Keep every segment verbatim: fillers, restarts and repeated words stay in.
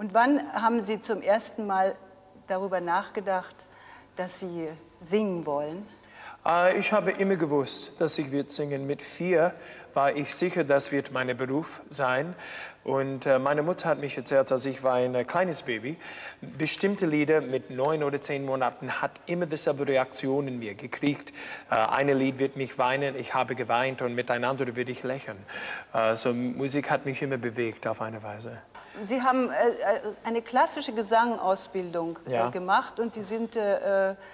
Und wann haben Sie zum ersten Mal darüber nachgedacht, dass Sie singen wollen? Äh, ich habe immer gewusst, dass ich wird singen. Mit vier war ich sicher, das wird mein Beruf sein. Und äh, meine Mutter hat mich erzählt, als ich war ein äh, kleines Baby, bestimmte Lieder mit neun oder zehn Monaten hat immer dieselbe Reaktion in mir gekriegt. Äh, eine Lied wird mich weinen, ich habe geweint und mit ein anderes würde ich lächeln. Äh, so Musik hat mich immer bewegt auf eine Weise. Sie haben äh, eine klassische Gesangausbildung Ja. äh, gemacht und Sie sind äh, äh,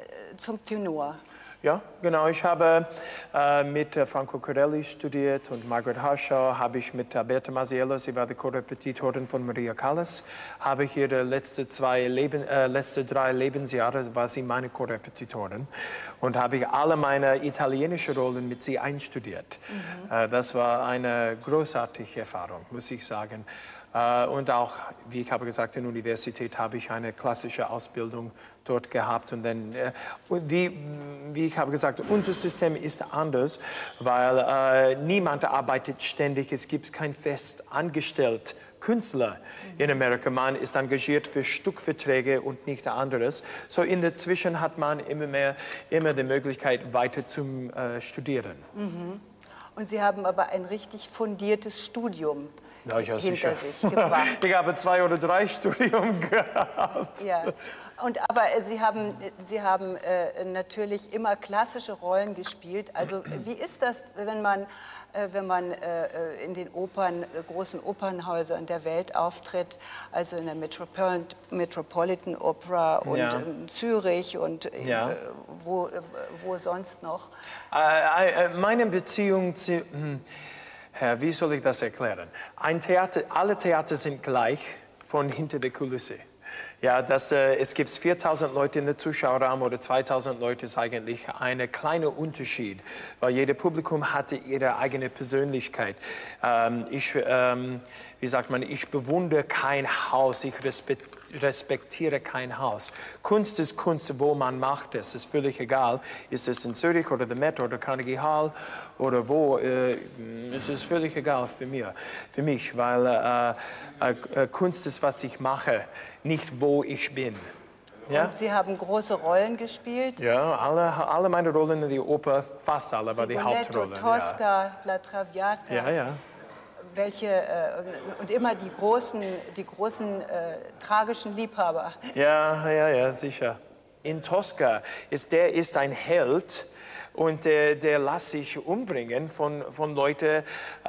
zum Tenor. Ja, genau. Ich habe äh, mit äh, Franco Corelli studiert und Margaret Harshaw habe ich mit äh, Berta Masiello, sie war die Korrepetitorin von Maria Callas, habe ich ihre letzte zwei Leben, äh, letzte drei Lebensjahre war sie meine Korrepetitorin und habe ich alle meine italienischen Rollen mit sie einstudiert. Mhm. Äh, das war eine großartige Erfahrung, muss ich sagen. Uh, und auch, wie ich habe gesagt, in der Universität habe ich eine klassische Ausbildung dort gehabt. Und dann, äh, und wie, wie ich habe gesagt, unser System ist anders, weil äh, niemand arbeitet ständig. Es gibt kein fest angestellt Künstler in Amerika. Man ist engagiert für Stückverträge und nicht anderes. So in der Zwischen hat man immer mehr immer die Möglichkeit, weiter zu äh, studieren. Mhm. Und Sie haben aber ein richtig fundiertes Studium Ja, ich hinter sicher. sich gebracht. Ich habe zwei oder drei Studium gehabt. Ja. Und, aber Sie haben, Sie haben äh, natürlich immer klassische Rollen gespielt. Also wie ist das, wenn man, äh, wenn man äh, in den Opern, äh, großen Opernhäusern der Welt auftritt, also in der Metropol Metropolitan Opera und Ja. in Zürich und äh, Ja. wo, äh, wo sonst noch? Äh, äh, meine Beziehung zu... Hm, Herr, wie soll ich das erklären? Ein Theater, alle Theater sind gleich von hinter der Kulisse. Ja, das, äh, es gibt viertausend Leute in der Zuschauerraum oder zweitausend Leute ist eigentlich ein kleiner Unterschied, weil jedes Publikum hatte ihre eigene Persönlichkeit. Ähm, ich, ähm, wie sagt man, ich bewundere kein Haus, ich respektiere kein Haus. Kunst ist Kunst, wo man macht es, ist völlig egal. Ist es in Zürich oder der Met oder Carnegie Hall oder wo, äh, es ist völlig egal für mich, für mich weil äh, äh, Kunst ist, was ich mache, nicht wo ich bin. Ja? Und Sie haben große Rollen gespielt? Ja, alle, alle meine Rollen in der Oper, fast alle, war die Hauptrolle. Tosca, ja. La Traviata. Ja, ja. Welche, äh, und immer die großen, die großen äh, tragischen Liebhaber. Ja, ja, ja, sicher. In Tosca ist der ist ein Held und der, der lässt sich umbringen von, von Leuten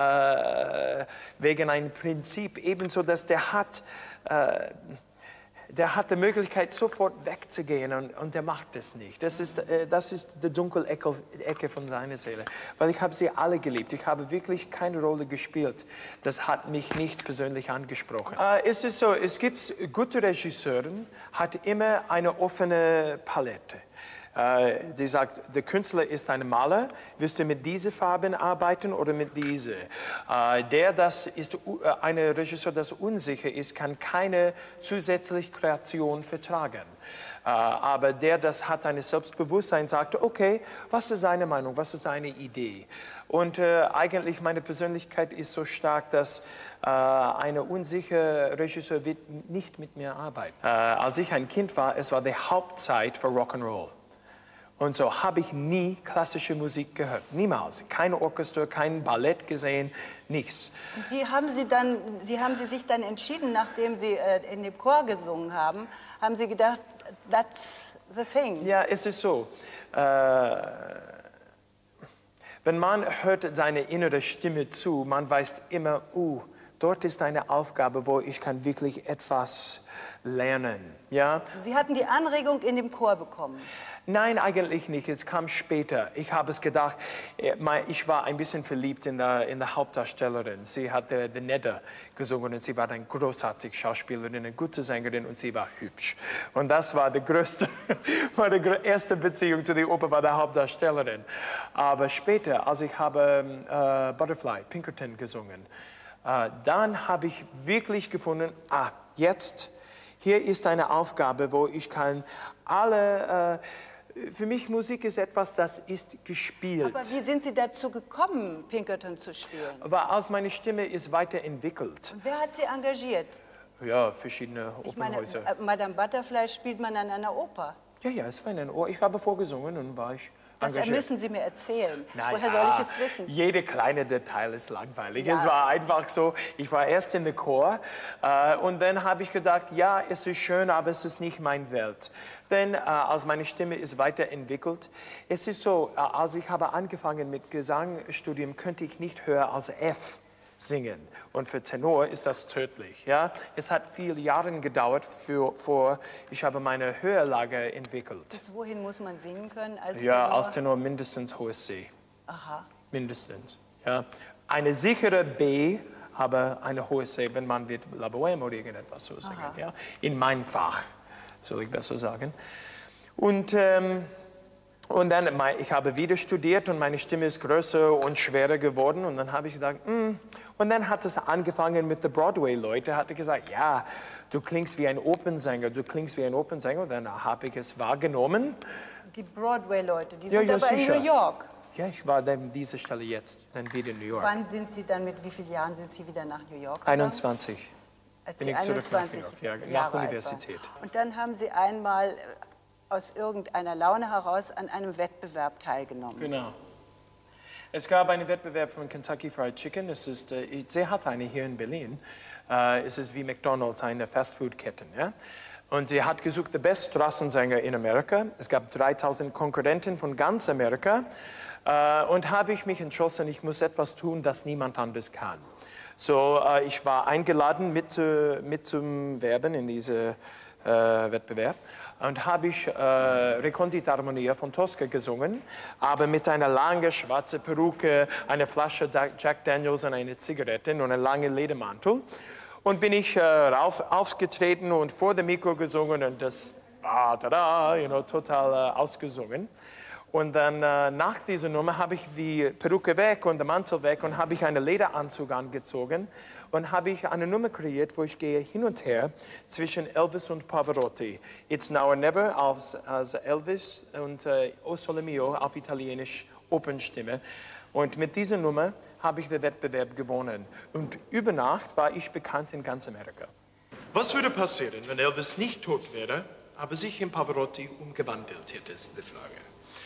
äh, wegen einem Prinzip. Ebenso, dass der hat, äh, der hat die Möglichkeit, sofort wegzugehen und, und der macht es nicht. Das ist, äh, das ist die dunkle Ecke, Ecke von seiner Seele. Weil ich habe sie alle geliebt. Ich habe wirklich keine Rolle gespielt. Das hat mich nicht persönlich angesprochen. Äh, es ist so, es gibt gute Regisseure, hat immer eine offene Palette. Uh, die sagt, der Künstler ist ein Maler, wirst du mit diesen Farben arbeiten oder mit diesen? Uh, der, das ist uh, ein Regisseur, das unsicher ist, kann keine zusätzliche Kreation vertragen. Uh, aber der, das hat ein Selbstbewusstsein, sagt, okay, was ist seine Meinung, was ist seine Idee? Und uh, eigentlich meine Persönlichkeit ist so stark, dass uh, ein unsicherer Regisseur wird nicht mit mir arbeiten. Uh, als ich ein Kind war, es war die Hauptzeit für Rock'n'Roll. Und so habe ich nie klassische Musik gehört, niemals. Kein Orchester, kein Ballett gesehen, nichts. Und wie haben Sie dann, Sie haben Sie sich dann entschieden, nachdem Sie äh, in dem Chor gesungen haben, haben Sie gedacht, that's the thing? Ja, es ist so. Äh, wenn man hört seine innere Stimme zu, man weiß immer, uh, dort ist eine Aufgabe, wo ich kann wirklich etwas lernen. Ja? Sie hatten die Anregung in dem Chor bekommen? Nein, eigentlich nicht. Es kam später. Ich habe es gedacht, ich war ein bisschen verliebt in der, in der Hauptdarstellerin. Sie hat The Nedda gesungen und sie war eine großartige Schauspielerin, eine gute Sängerin und sie war hübsch. Und das war die größte, meine erste Beziehung zu der Oper, war der Hauptdarstellerin. Aber später, als ich habe äh, Butterfly, Pinkerton gesungen, äh, dann habe ich wirklich gefunden, ah, jetzt, hier ist eine Aufgabe, wo ich kann alle... Äh, Für mich Musik ist etwas, das ist gespielt. Aber wie sind Sie dazu gekommen, Pinkerton zu spielen? Aber als meine Stimme ist weiterentwickelt. Und wer hat Sie engagiert? Ja, verschiedene Ich meine, Opernhäuser. äh, Madame Butterfly spielt man an einer Oper. Ja, ja, es war in Ohr. Ich habe vorgesungen und war ich Das engagiert. müssen Sie mir erzählen. Na Woher ja, soll ich es wissen? Jede kleine Detail ist langweilig. Ja. Es war einfach so, ich war erst in der Chor äh, und dann habe ich gedacht, ja, es ist schön, aber es ist nicht meine Welt. Denn äh, als meine Stimme ist weiterentwickelt, es ist so, äh, als ich habe angefangen mit Gesangstudium, könnte ich nicht höher als F singen. Und für Tenor ist das tödlich. Ja? Es hat viele Jahre gedauert, für, vor ich habe meine Hörlage entwickelt. Bis wohin muss man singen können als Ja, Tenor? als Tenor mindestens hohes C. Aha. Mindestens. Ja. Eine sichere B, aber eine hohe C, wenn man wird La Bohème oder irgendetwas so singen. Ja. In meinem Fach, soll ich besser sagen. Und, ähm, und dann, ich habe wieder studiert und meine Stimme ist größer und schwerer geworden. Und dann habe ich gedacht, mm. Und dann hat es angefangen mit den Broadway-Leuten. Hat er gesagt, ja, du klingst wie ein Opernsänger, du klingst wie ein Opernsänger. Und dann habe ich es wahrgenommen. Die Broadway-Leute, die Ja, sind ja, aber sicher. in New York. Ja, ich war dann an dieser Stelle jetzt, dann wieder in New York. Wann sind Sie dann, mit wie vielen Jahren sind Sie wieder nach New York gegangen? einundzwanzig. Als bin Sie ich zurück nach einundzwanzig New York, ja, nach Jahre alt Universität. waren. Und dann haben Sie einmal äh, aus irgendeiner Laune heraus an einem Wettbewerb teilgenommen. Genau. Es gab einen Wettbewerb von Kentucky Fried Chicken. Es ist, äh, sie hat eine hier in Berlin. Äh, es ist wie McDonald's, eine Fastfood-Kette. Ja? Und sie hat gesucht, der beste Straßensänger in Amerika. Es gab dreitausend Konkurrenten von ganz Amerika. Äh, und habe ich mich entschlossen, ich muss etwas tun, das niemand anderes kann. So, äh, ich war eingeladen, mit, äh, mit zum Werben in diesem äh, Wettbewerb. Und habe ich äh, Recondita Armonia von Tosca gesungen, aber mit einer langen schwarzen Perücke, einer Flasche Jack Daniels und einer Zigarette und einem langen Ledermantel. Und bin ich äh, rauf, aufgetreten und vor dem Mikro gesungen und das war tada, you know, total äh, ausgesungen. Und dann äh, nach dieser Nummer habe ich die Perücke weg und den Mantel weg und habe ich einen Lederanzug angezogen und habe ich eine Nummer kreiert, wo ich gehe hin und her zwischen Elvis und Pavarotti. It's Now or Never als, als Elvis und äh, O Sole Mio auf Italienisch Opernstimme. Und mit dieser Nummer habe ich den Wettbewerb gewonnen. Und über Nacht war ich bekannt in ganz Amerika. Was würde passieren, wenn Elvis nicht tot wäre, aber sich in Pavarotti umgewandelt hätte, ist die Frage.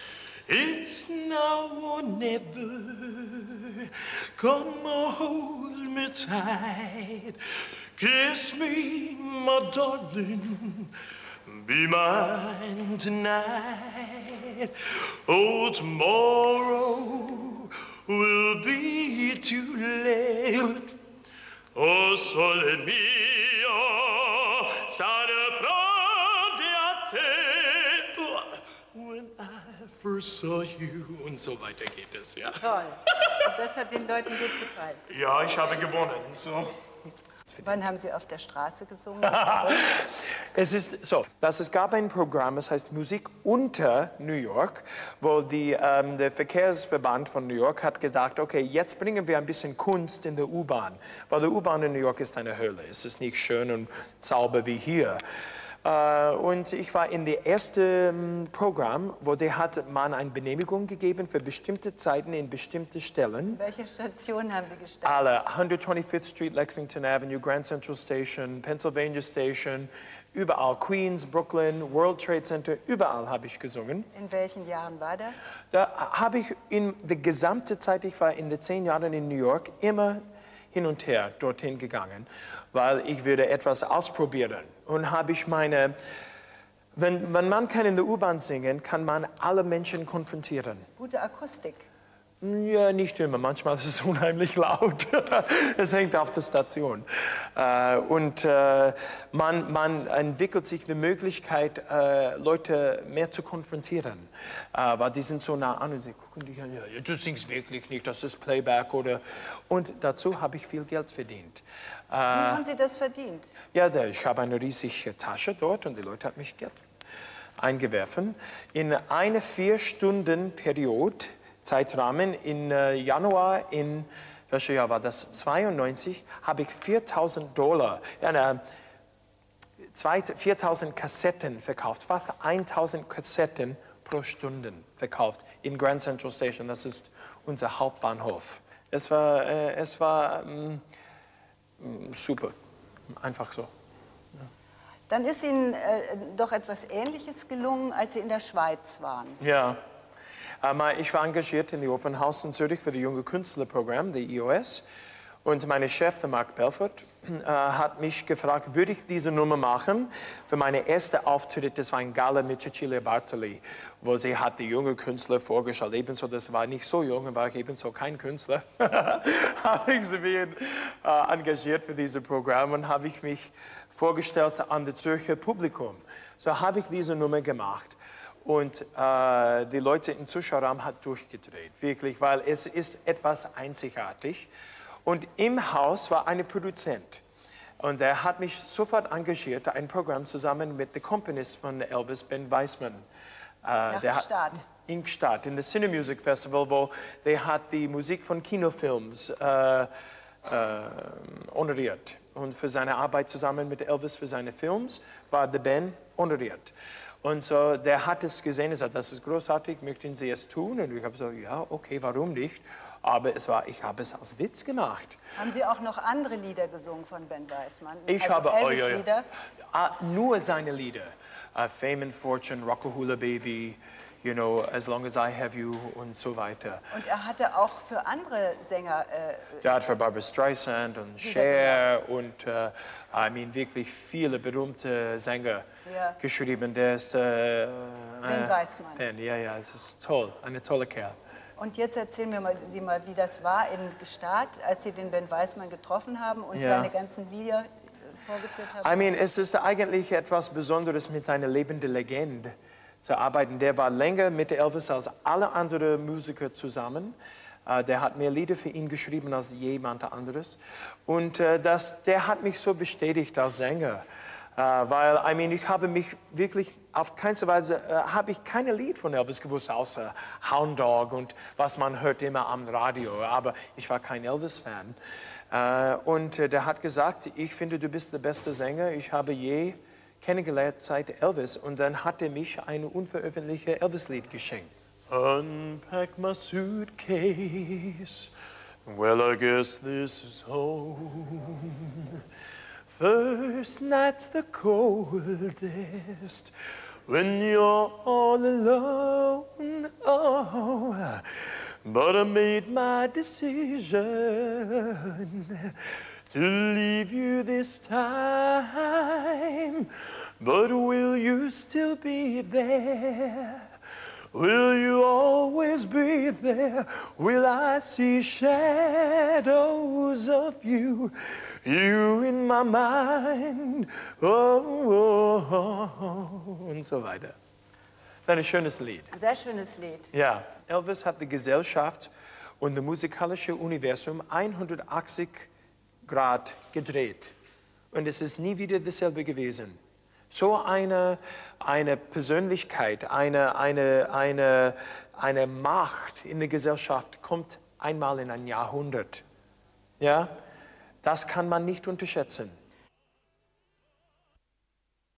It's now or never, come on, hold me tight, kiss me, my darling, be mine tonight. Oh, tomorrow will be too late. Oh, sole mio, sarà fronte a te. When I first saw you. Und so weiter geht es, ja. Toll. Das hat den Leuten gut gefallen. Ja, ich habe gewonnen. So. Wann haben Sie auf der Straße gesungen? Es ist so, dass es gab ein Programm, das heißt Musik unter New York, wo die, ähm, der Verkehrsverband von New York hat gesagt, okay, jetzt bringen wir ein bisschen Kunst in der U-Bahn, weil die U-Bahn in New York ist eine Hölle. Es ist nicht schön und sauber wie hier. Uh, und ich war in dem ersten um, Programm, wo der hat man eine Genehmigung gegeben für bestimmte Zeiten in bestimmte Stellen. Welche Stationen haben Sie gestartet? Alle, one twenty-fifth Street, Lexington Avenue, Grand Central Station, Pennsylvania Station, überall, Queens, Brooklyn, World Trade Center, überall habe ich gesungen. In welchen Jahren war das? Da habe ich in der gesamten Zeit, ich war in den zehn Jahren in New York, immer hin und her dorthin gegangen, weil ich würde etwas ausprobieren. Und habe ich meine, wenn, wenn man kann in der U-Bahn singen, kann man alle Menschen konfrontieren. Das ist gute Akustik. Ja, nicht immer. Manchmal ist es unheimlich laut. Es hängt auf der Station. Und man, man entwickelt sich die Möglichkeit, Leute mehr zu konfrontieren. Weil die sind so nah an und sie gucken dich an, ja, du singst wirklich nicht, das ist Playback. Oder und dazu habe ich viel Geld verdient. Wie haben Sie das verdient? Ja, ich habe eine riesige Tasche dort und die Leute haben mich Geld eingeworfen. In eine vier Stunden Periode Zeitrahmen in äh, Januar, in welches Jahr war das? zweiundneunzig, habe ich viertausend Dollar, ja, viertausend Kassetten verkauft, fast tausend Kassetten pro Stunde verkauft in Grand Central Station, das ist unser Hauptbahnhof. Es war, äh, es war ähm, super, einfach so. Dann ist Ihnen äh, doch etwas Ähnliches gelungen, als Sie in der Schweiz waren. Ja, ähm, ich war engagiert in die Opernhaus in Zürich für das Junge Künstlerprogramm, die I O S. Und mein Chef, der Mark Belfort, äh, hat mich gefragt, würde ich diese Nummer machen für meine erste Auftritt. Das war ein Gala mit Cecilia Bartoli, wo sie hat die junge Künstler vorgestellt. Ebenso, das war nicht so jung, war ich ebenso kein Künstler. Habe ich sie äh, engagiert für dieses Programm und habe ich mich vorgestellt an das Zürcher Publikum. So habe ich diese Nummer gemacht. Und äh, die Leute im Zuschauerraum haben durchgedreht, wirklich, weil es ist etwas einzigartig. Und im Haus war ein Produzent. Und er hat mich sofort engagiert, ein Programm zusammen mit dem Komponist von Elvis, Ben Weissman. Nach der Gstaad. Hat, in Gstaad, in das Cine Music Festival, wo der hat die Musik von Kinofilms äh, äh, honoriert. Und für seine Arbeit zusammen mit Elvis für seine Films war der Ben honoriert. Und so, der hat es gesehen, er sagt, das ist großartig, möchten Sie es tun? Und ich habe so, ja, okay, warum nicht? Aber es war, ich habe es als Witz gemacht. Haben Sie auch noch andere Lieder gesungen von Ben Weissman? Ich also habe oh, ja, Elvis-Lieder? ja. Uh, nur seine Lieder. Uh, Fame and Fortune, Rockahula Baby, you know, As Long as I Have You und so weiter. Und er hatte auch für andere Sänger... Äh, Der hat für Barbra Streisand und Cher und uh, I mean, wirklich viele berühmte Sänger ja. geschrieben. Der ist... Uh, Ben Weissman. Ben, ja, ja, es ist toll, ein toller Kerl. Und jetzt erzählen wir mal, Sie mal, wie das war in Gstaad, als Sie den Ben Weissman getroffen haben und Ja. seine ganzen Lieder vorgeführt haben. I mean, es ist eigentlich etwas Besonderes, mit einer lebenden Legende zu arbeiten. Der war länger mit Elvis als alle anderen Musiker zusammen. Uh, der hat mehr Lieder für ihn geschrieben als jemand anderes. Und uh, das, der hat mich so bestätigt als Sänger. Uh, weil, I mean, ich habe mich wirklich auf keine Weise, uh, habe ich kein Lied von Elvis gewusst, außer Hound Dog und was man hört immer am Radio. Aber ich war kein Elvis-Fan. Uh, und uh, der hat gesagt, ich finde, du bist der beste Sänger, ich habe je kennengelernt seit Elvis. Und dann hat er mich ein unveröffentlichtes Elvis-Lied geschenkt. Unpack my suitcase, well, I guess this is home. First night's the coldest when you're all alone. Oh, but I made my decision to leave you this time. But will you still be there? Will you always be there? Will I see shadows of you? You in my mind, oh, oh, oh, und so weiter. Das ist ein schönes Lied. Sehr schönes Lied. Ja, Elvis hat die Gesellschaft und das musikalische Universum hundertachtzig Grad gedreht. Und es ist nie wieder dasselbe gewesen. So eine, eine Persönlichkeit, eine, eine, eine, eine Macht in der Gesellschaft kommt einmal in ein Jahrhundert. Ja? Das kann man nicht unterschätzen.